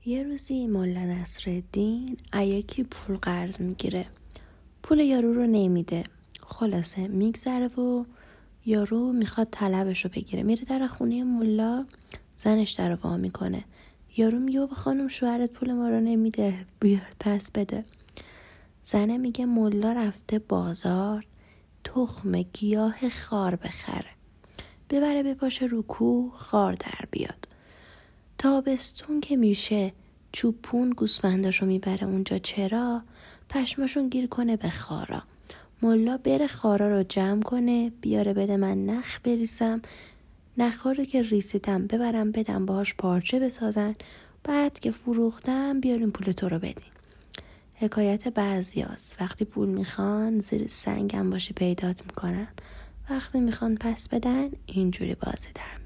یه روزی ملا نصرالدین یکی پول قرض میگیره. پول یارو رو نمیده. خلاصه میگذره و یارو میخواد طلبش رو بگیره. میره در خونه ملا، زنش در وا میکنه. یارو میگه بابا خانم شوهرت پول ما رو نمیده، بیار پس بده. زنه میگه ملا رفته بازار تخم گیاه خار بخره، ببره بپاشه رو کوه خار در بیاد. تابستون که میشه چوپون گوسفنداشو میبره اونجا، چرا؟ پشماشون گیر کنه به خارا. ملا بره خارا رو جمع کنه، بیاره بده من نخ بریسم، نخا رو که ریسیدم ببرم بدم باهاش پارچه بسازن، بعد که فروختم بیاریم پول تو رو بدیم. حکایت بعضیاست، وقتی پول میخوان زیر سنگم باشه پیدات میکنن، وقتی میخوان پس بدن اینجوری بازی در